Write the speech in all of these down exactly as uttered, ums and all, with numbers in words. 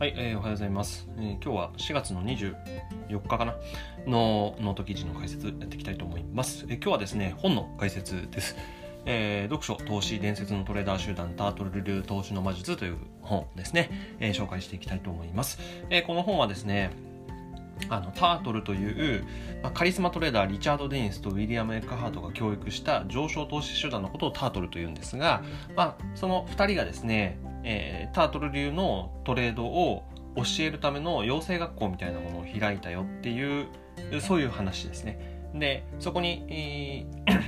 はい、えー、おはようございます、えー、今日はしがつのにじゅうよっかかなのノート記事の解説やっていきたいと思います。えー、今日はですね、本の解説です。えー、読書投資伝説のトレーダー集団タートル流投資の魔術という本ですね、えー、紹介していきたいと思います。えー、この本はですね、あのタートルという、まあ、カリスマトレーダーリチャード・デインスとウィリアム・エッカハートが教育した上昇投資集団のことをタートルというんですが、まあ、そのふたりがですね、えー、タートル流のトレードを教えるための養成学校みたいなものを開いたよっていうそういう話ですね。でそこに、えー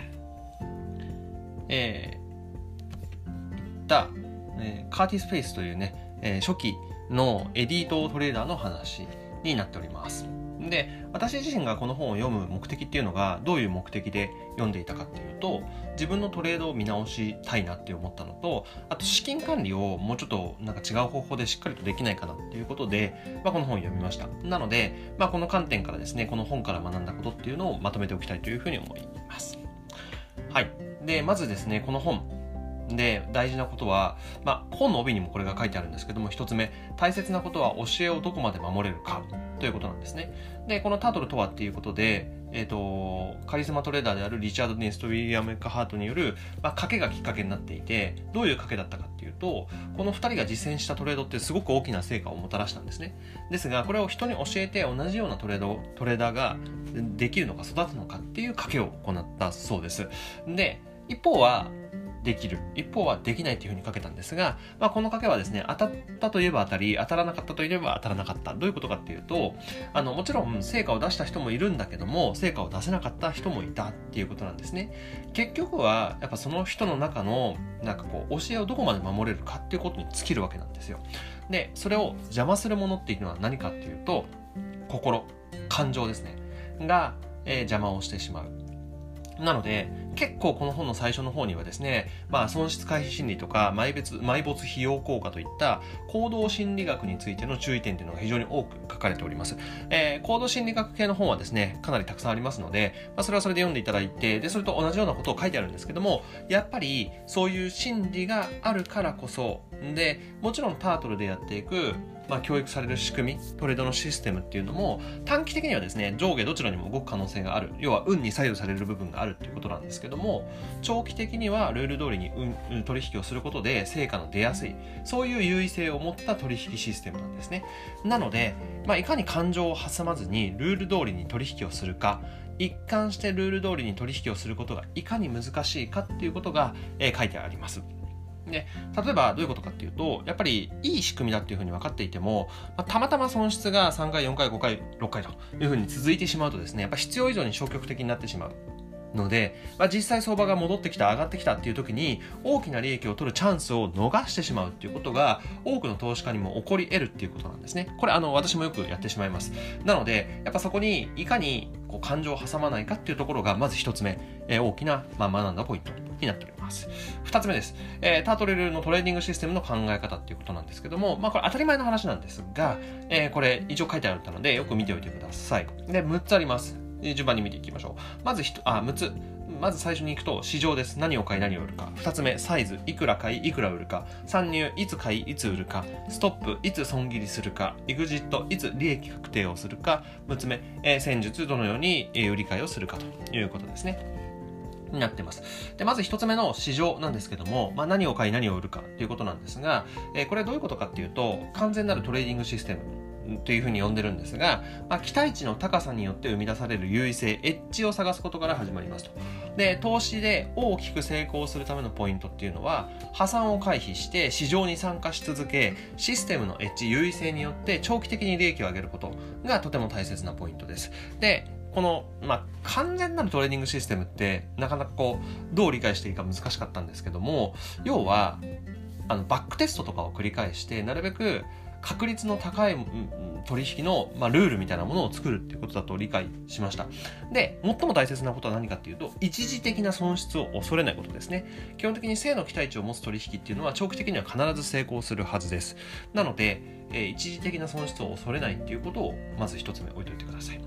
えー、言った、えー、カーティス・フェイスというね、えー、初期のエリートトレーダーの話になっております。で私自身がこの本を読む目的っていうのがどういう目的で読んでいたかっていうと、自分のトレードを見直したいなって思ったのと、あと資金管理をもうちょっとなんか違う方法でしっかりとできないかなっていうことで、まあ、この本を読みました。なので、まあ、この観点からですね、この本から学んだことっていうのをまとめておきたいというふうに思います。はい。でまずですね、この本で大事なことは、まあ、本の帯にもこれが書いてあるんですけども、一つ目、大切なことは教えをどこまで守れるかということなんですね。でこのタートルとはっていうことで、えーと、カリスマトレーダーであるリチャード・デインスとウィリアム・エッカハートによる、まあ、賭けがきっかけになっていて、どういう賭けだったかっていうと、このふたりが実践したトレードってすごく大きな成果をもたらしたんですね。ですがこれを人に教えて同じようなトレードトレーダーができるのか育つのかっていう賭けを行ったそうです。で一方はできる、一方はできないというふうにかけたんですが、まあ、この賭けはですね、当たったといえば当たり、当たらなかったといえば当たらなかった。どういうことかっていうと、あのもちろん成果を出した人もいるんだけども、成果を出せなかった人もいたっていうことなんですね。結局はやっぱその人の中のなんかこう教えをどこまで守れるかっていうことに尽きるわけなんですよ。でそれを邪魔するものっていうのは何かっていうと、心、感情ですねが、えー、邪魔をしてしまう。なので結構この本の最初の方にはですね、まあ、損失回避心理とか埋没、埋没費用効果といった行動心理学についての注意点というのが非常に多く書かれております。えー、行動心理学系の本はですねかなりたくさんありますので、まあ、それはそれで読んでいただいて、でそれと同じようなことを書いてあるんですけども、やっぱりそういう心理があるからこそで、もちろんタートルでやっていくまあ、教育される仕組み、トレードのシステムっていうのも短期的にはですね上下どちらにも動く可能性がある、要は運に左右される部分があるっていうことなんですけども、長期的にはルール通りに運取引をすることで成果の出やすい、そういう優位性を持った取引システムなんですね。なので、まあ、いかに感情を挟まずにルール通りに取引をするか、一貫してルール通りに取引をすることがいかに難しいかっていうことが、えー、書いてあります。で例えばどういうことかっていうと、やっぱりいい仕組みだっていうふうに分かっていても、まあ、たまたま損失がさんかいよんかいごかいろっかいというふうに続いてしまうとですね、やっぱ必要以上に消極的になってしまうので、まあ、実際相場が戻ってきた、上がってきたっていう時に大きな利益を取るチャンスを逃してしまうっていうことが多くの投資家にも起こり得るっていうことなんですね。これあの私もよくやってしまいます。なのでやっぱそこにいかにこう感情を挟まないかっていうところがまず一つ目、えー、大きな、まあ、学んだポイントになっております。二つ目です。えー、タートル流のトレーディングシステムの考え方っていうことなんですけども、まあこれ当たり前の話なんですが、えー、これ一応書いてあったのでよく見ておいてください。でむっつあります。順番に見ていきましょう。まずあむっつ。まず最初に行くと市場です。何を買い何を売るか。ふたつめサイズ、いくら買いいくら売るか。参入、いつ買いいつ売るか。ストップ、いつ損切りするか。エグジット、いつ利益確定をするか。むっつめ、えー、戦術、どのように売り買いをするかということですね。になってます。でまず一つ目の市場なんですけども、まあ、何を買い何を売るかということなんですが、えー、これはどういうことかっていうと、完全なるトレーディングシステムというふうに呼んでるんですが、まあ、期待値の高さによって生み出される優位性、エッジを探すことから始まりますと。で投資で大きく成功するためのポイントっていうのは、破産を回避して市場に参加し続け、システムのエッジ、優位性によって長期的に利益を上げることがとても大切なポイントです。でこの、まあ、完全なるトレーディングシステムってなかなかこうどう理解していいか難しかったんですけども、要はあのバックテストとかを繰り返してなるべく確率の高い取引の、まあ、ルールみたいなものを作るっていうことだと理解しました。で最も大切なことは何かっていうと、一時的な損失を恐れないことですね。基本的に正の期待値を持つ取引っていうのは長期的には必ず成功するはずです。なので、えー、一時的な損失を恐れないっていうことをまず一つ目置いといてください。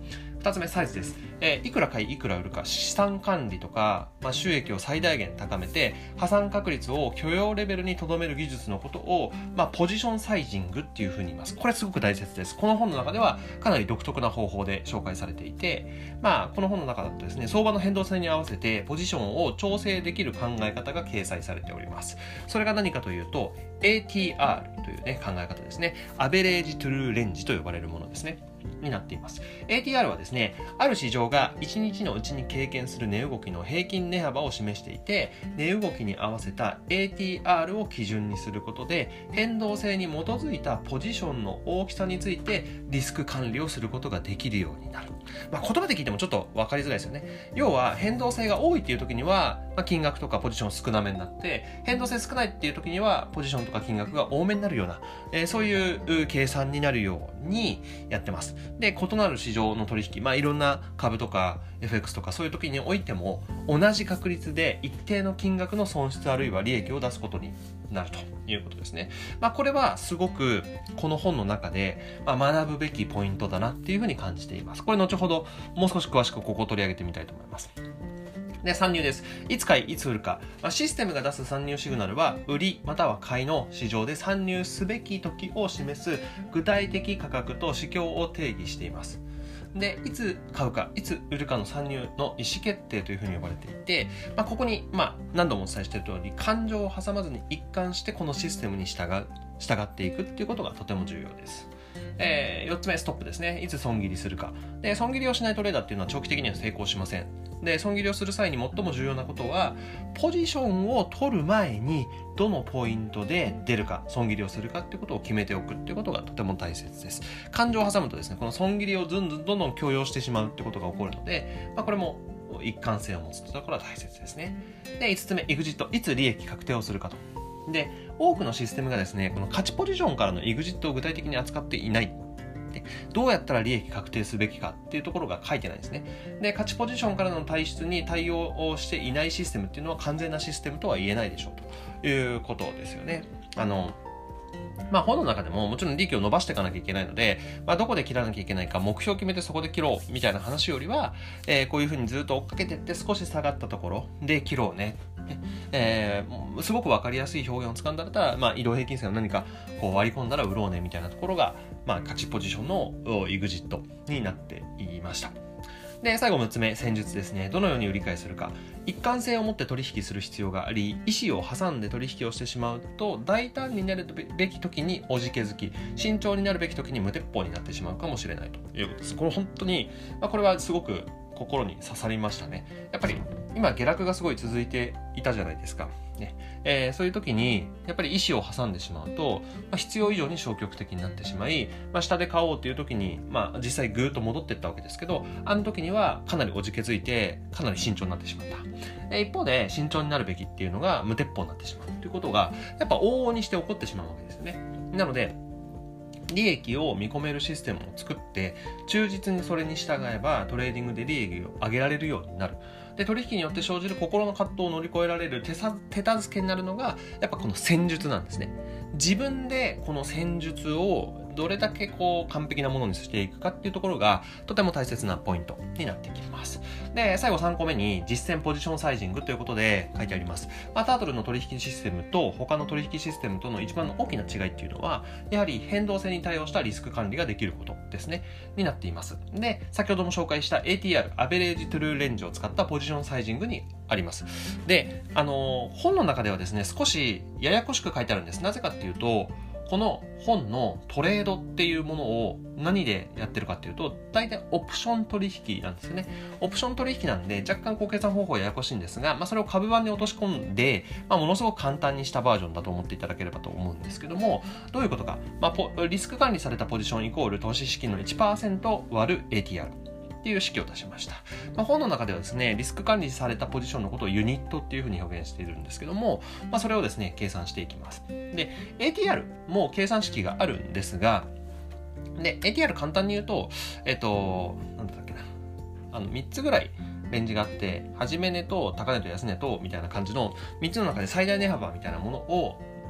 ふたつめ、サイズです。えー、いくら買いいくら売るか、資産管理とか、まあ、収益を最大限高めて破産確率を許容レベルに留める技術のことを、まあ、ポジションサイジングっていうふうに言います。これすごく大切です。この本の中ではかなり独特な方法で紹介されていて、まあ、この本の中だとですね、相場の変動性に合わせてポジションを調整できる考え方が掲載されております。それが何かというと エーティーアール という、ね、考え方ですね。アベレージトゥルーレンジと呼ばれるものですね。になっています。エーティーアール はですね、ある市場がいちにちのうちに経験する値動きの平均値幅を示していて、値動きに合わせた エーティーアール を基準にすることで、変動性に基づいたポジションの大きさについてリスク管理をすることができるようになる。まあ、言葉で聞いてもちょっと分かりづらいですよね。要は変動性が多いっていう時には、まあ、金額とかポジション少なめになって、変動性少ないっていう時にはポジションとか金額が多めになるような、えー、そういう計算になるようにやってます。で、異なる市場の取引、まあ、いろんな株とか エフエックス とかそういう時においても同じ確率で一定の金額の損失あるいは利益を出すことになるということですね。まあ、これはすごくこの本の中で、まあ、学ぶべきポイントだなっていうふうに感じています。これ後ほどもう少し詳しくここを取り上げてみたいと思います。で、参入です。いつ買い、いつ売るか。まあ、システムが出す参入シグナルは、売りまたは買いの市場で参入すべき時を示す具体的価格と指標を定義しています。で、いつ買うか、いつ売るかの参入の意思決定というふうに呼ばれていて、まあ、ここに、まあ、何度もお伝えしている通り、感情を挟まずに一貫してこのシステムに従う、従っていくっていうことがとても重要です。えー、よっつめ、ストップですね。いつ損切りするか。で、損切りをしないトレーダーっていうのは長期的には成功しません。で、損切りをする際に最も重要なことは、ポジションを取る前にどのポイントで出るか、損切りをするかっていうことを決めておくっていうことがとても大切です。感情を挟むとですね、この損切りをずんずんどんどん許容してしまうってことが起こるので、まあ、これも一貫性を持つというところは大切ですね。で、いつつめ、エグジット。いつ利益確定をするかと。で、多くのシステムがですね、この勝ちポジションからのエグジットを具体的に扱っていない。で、どうやったら利益確定すべきかっていうところが書いてないんですね。で、勝ちポジションからの退出に対応をしていないシステムっていうのは完全なシステムとは言えないでしょうということですよね。あの、まあ本の中でももちろん利益を伸ばしていかなきゃいけないので、まあどこで切らなきゃいけないか目標を決めてそこで切ろうみたいな話よりは、えー、こういうふうにずっと追っかけていって少し下がったところで切ろうね。えー、すごく分かりやすい表現を使うんだったら、まあ、移動平均線を何かこう割り込んだら売ろうねみたいなところが、まあ、勝ちポジションのエグジットになっていました。で、最後むっつめ、戦術ですね。どのように売り買いするか。一貫性を持って取引する必要があり、意思を挟んで取引をしてしまうと、大胆になるべき時におじけづき、慎重になるべき時に無鉄砲になってしまうかもしれないということです。これ本当に、まあ、これはすごく心に刺さりましたね。やっぱり今下落がすごい続いていたじゃないですか。ねえー、そういう時にやっぱり意思を挟んでしまうと、まあ、必要以上に消極的になってしまい、まあ、下で買おうという時に、まあ、実際ぐーっと戻っていったわけですけど、あの時にはかなりおじけづいてかなり慎重になってしまった。えー、一方で慎重になるべきっていうのが無鉄砲になってしまうということがやっぱ往々にして起こってしまうわけですよね。なので利益を見込めるシステムを作って忠実にそれに従えばトレーディングで利益を上げられるようになる。で、取引によって生じる心の葛藤を乗り越えられる手さ手助けになるのがやっぱこの戦術なんですね。自分でこの戦術をどれだけこう完璧なものにしていくかっていうところがとても大切なポイントになってきます。で、最後さんこめに実践ポジションサイジングということで書いてあります。まあ、タートルの取引システムと他の取引システムとの一番の大きな違いっていうのはやはり変動性に対応したリスク管理ができることですねになっています。で、先ほども紹介した エーティーアール アベレージトゥルーレンジを使ったポジションサイジングにあります。で、あの本の中ではですね少しややこしく書いてあるんです。なぜかっていうとこの本のトレードっていうものを何でやってるかっていうと大体オプション取引なんですよね。オプション取引なんで若干こう計算方法はややこしいんですが、まあ、それを株版に落とし込んで、まあ、ものすごく簡単にしたバージョンだと思っていただければと思うんですけども、どういうことか、まあ、リスク管理されたポジションイコール投資資金の いちパーセント 割る エーティーアールっていう式を出しました。まあ、本の中ではですね、リスク管理されたポジションのことをユニットっていうふうに表現しているんですけども、まあ、それをですね、計算していきます。で、エーティーアール も計算式があるんですが、で、エーティーアール 簡単に言うと、えっと、なんだっけな、あの、みっつぐらいレンジがあって、始め値と高値と安値とみたいな感じのみっつの中で最大値幅みたいなものを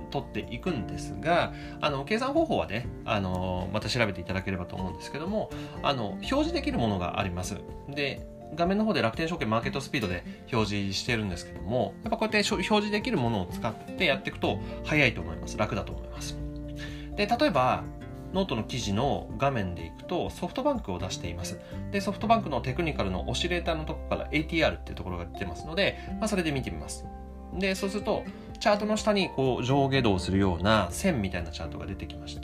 取っていくんですが、あの計算方法はね、あのまた調べていただければと思うんですけども、あの表示できるものがあります。で画面の方で楽天証券マーケットスピードで表示してるんですけども、やっぱこうやって表示できるものを使ってやっていくと早いと思います。楽だと思います。で例えばノートの記事の画面でいくとソフトバンクを出しています。でソフトバンクのテクニカルのオシレーターのところから エーティーアール っていうところが出てますので、まあ、それで見てみます。でそうするとチャートの下にこう上下動するような線みたいなチャートが出てきまして、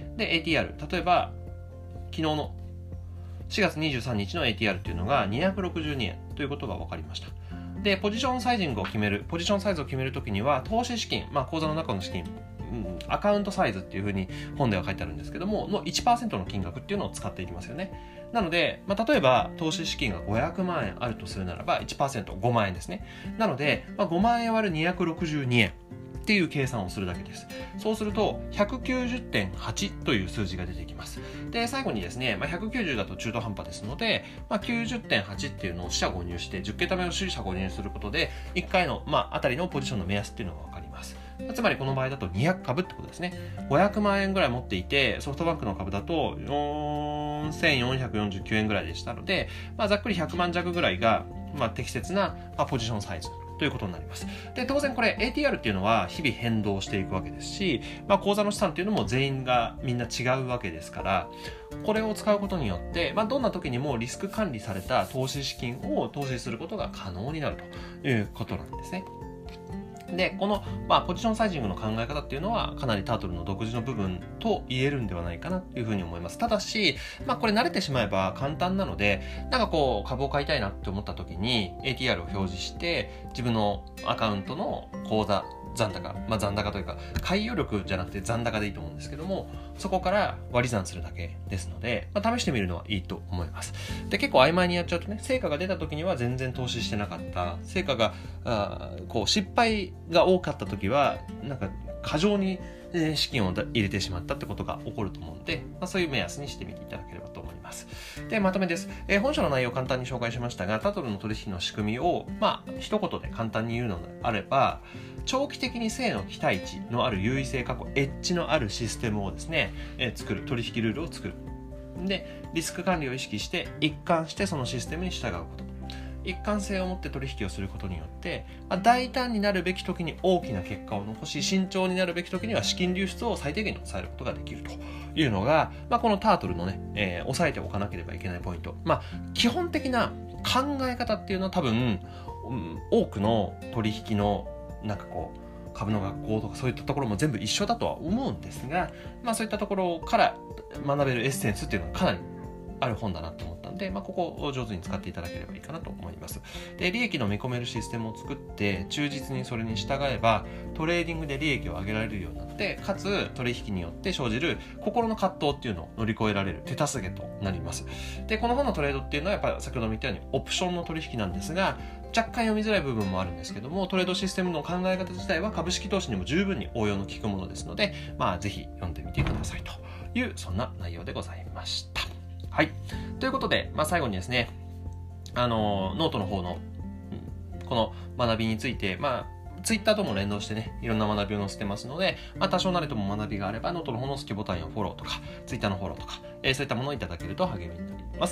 で エーティーアール、例えば昨日のしがつにじゅうさんにちの エーティーアール っていうのがにひゃくろくじゅうにえんということが分かりました。でポジションサイジングを決めるポジションサイズを決めるときには投資資金、まあ、口座の中の資金、うん、アカウントサイズっていうふうに本では書いてあるんですけどもの いちパーセント の金額っていうのを使っていきますよね。なので、まあ、例えば投資資金がごひゃくまんえんあるとするならば いちパーセントごまんえんですね。なので、まあ、ごまんえん割るにひゃくろくじゅうにえんっていう計算をするだけです。そうすると ひゃくきゅうじゅってんはち という数字が出てきます。で最後にですね、まあ、ひゃくきゅうじゅうだと中途半端ですので、まあ、きゅうじゅってんはち っていうのを四捨五入してじゅっけためを四捨五入することでいっかいの、まあ、あたりのポジションの目安っていうのが分かります。つまりこの場合だとにひゃくかぶってことですね。ごひゃくまんえんぐらい持っていてソフトバンクの株だとよんせんよんひゃくよんじゅうきゅうえんぐらいでしたので、まあ、ざっくりひゃくまん弱ぐらいが、まあ、適切な、まあ、ポジションサイズということになります。で当然これ エーティーアール っていうのは日々変動していくわけですし、まあ、口座の資産っていうのも全員がみんな違うわけですから、これを使うことによって、まあ、どんな時にもリスク管理された投資資金を投資することが可能になるということなんですね。でこの、まあ、ポジションサイジングの考え方っていうのはかなりタートルの独自の部分と言えるんではないかなというふうに思います。ただし、まあ、これ慣れてしまえば簡単なので、なんかこう株を買いたいなって思った時に エーティーアール を表示して自分のアカウントの口座残高、まあ、残高というか買い余力じゃなくて残高でいいと思うんですけども、そこから割り算するだけですので、まあ、試してみるのはいいと思います。で結構曖昧にやっちゃうとね、成果が出た時には全然投資してなかった、成果があこう失敗が多かった時はなんか過剰に資金を入れてしまったってことが起こると思うので、まあ、そういう目安にしてみていただければと思います。でまとめです、えー、本書の内容を簡単に紹介しましたが、タートルの取引の仕組みをまあ一言で簡単に言うのであれば、長期的に正の期待値のある優位性過去エッジのあるシステムをですね、えー、作る、取引ルールを作る。でリスク管理を意識して一貫してそのシステムに従うこと、一貫性を持って取引をすることによって、まあ、大胆になるべき時に大きな結果を残し、慎重になるべき時には資金流出を最低限に抑えることができるというのが、まあ、このタートルのね、えー、抑えておかなければいけないポイント。まあ基本的な考え方っていうのは多分、うん、多くの取引のなんかこう株の学校とかそういったところも全部一緒だとは思うんですが、まあそういったところから学べるエッセンスっていうのがかなりある本だなと思ったので、まあ、ここを上手に使っていただければいいかなと思います。で利益の見込めるシステムを作って忠実にそれに従えばトレーディングで利益を上げられるようになって、かつ取引によって生じる心の葛藤っていうのを乗り越えられる手助けとなります。でこの本のトレードっていうのはやっぱり先ほども言ったようにオプションの取引なんですが、若干読みづらい部分もあるんですけども、トレードシステムの考え方自体は株式投資にも十分に応用の効くものですので、まあ、ぜひ読んでみてくださいというそんな内容でございました。はい。ということで、まあ、最後にですね、あの、ノートの方の、この学びについて、まあ、ツイッターとも連動してね、いろんな学びを載せてますので、まあ、多少なりとも学びがあれば、ノートの方の好きボタンやフォローとか、ツイッターのフォローとか、えー、そういったものをいただけると励みになります。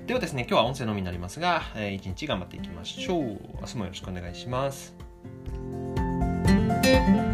ではですね、今日は音声のみになりますが、えー、一日頑張っていきましょう。明日もよろしくお願いします。